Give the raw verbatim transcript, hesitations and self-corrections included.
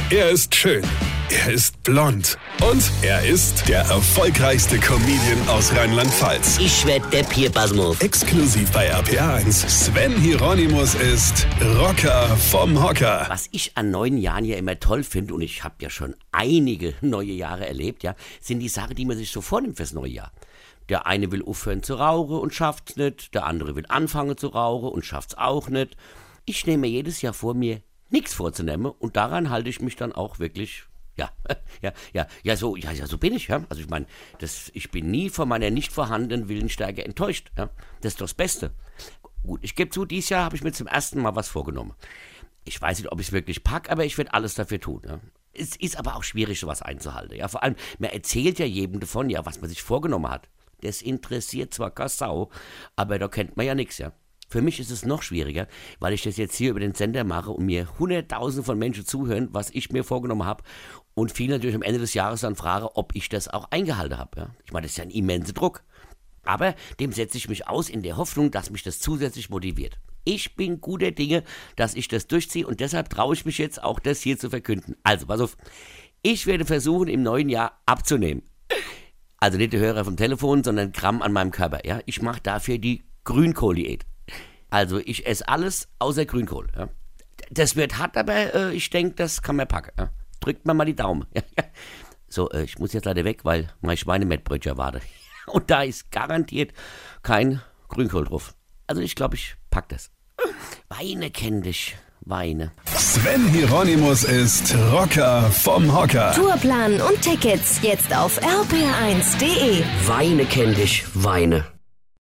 Er ist schön. Er ist blond. Und er ist der erfolgreichste Comedian aus Rheinland-Pfalz. Ich werd der Pierpasmus. Exklusiv bei R P A eins. Sven Hieronymus ist Rocker vom Hocker. Was ich an neuen Jahren ja immer toll finde, und ich habe ja schon einige neue Jahre erlebt, ja, sind die Sachen, die man sich so vornimmt fürs neue Jahr. Der eine will aufhören zu rauchen und schafft's nicht. Der andere will anfangen zu rauchen und schafft's auch nicht. Ich nehme mir jedes Jahr vor, mir nichts vorzunehmen, und daran halte ich mich dann auch wirklich. Ja, ja, ja, ja, so, ja, ja, so bin ich, ja. Also ich meine, das, ich bin nie von meiner nicht vorhandenen Willensstärke enttäuscht, ja. Das ist doch das Beste. Gut, ich gebe zu, dieses Jahr habe ich mir zum ersten Mal was vorgenommen. Ich weiß nicht, ob ich es wirklich packe, aber ich werde alles dafür tun, ja. Es ist aber auch schwierig, sowas einzuhalten, ja. Vor allem, man erzählt ja jedem davon, ja, was man sich vorgenommen hat. Das interessiert zwar keine Sau, aber da kennt man ja nichts, ja. Für mich ist es noch schwieriger, weil ich das jetzt hier über den Sender mache und mir hunderttausende von Menschen zuhören, was ich mir vorgenommen habe, und viele natürlich am Ende des Jahres dann fragen, ob ich das auch eingehalten habe. Ja? Ich meine, das ist ja ein immenser Druck. Aber dem setze ich mich aus in der Hoffnung, dass mich das zusätzlich motiviert. Ich bin guter Dinge, dass ich das durchziehe, und deshalb traue ich mich jetzt auch, das hier zu verkünden. Also, pass auf, ich werde versuchen, im neuen Jahr abzunehmen. Also nicht der Hörer vom Telefon, sondern Gramm an meinem Körper. Ja? Ich mache dafür die Grünkohl-Diät. Also ich esse alles außer Grünkohl. Ja. Das wird hart, aber äh, ich denke, das kann man packen. Ja. Drückt man mal die Daumen. Ja, ja. So, äh, ich muss jetzt leider weg, weil mein Schweinemettbrötchen erwarte. Und da ist garantiert kein Grünkohl drauf. Also ich glaube, ich pack das. Weine kenn dich, Weine. Sven Hieronymus ist Rocker vom Hocker. Tourplan und Tickets jetzt auf r p r eins punkt d e. Weine kenn dich, Weine.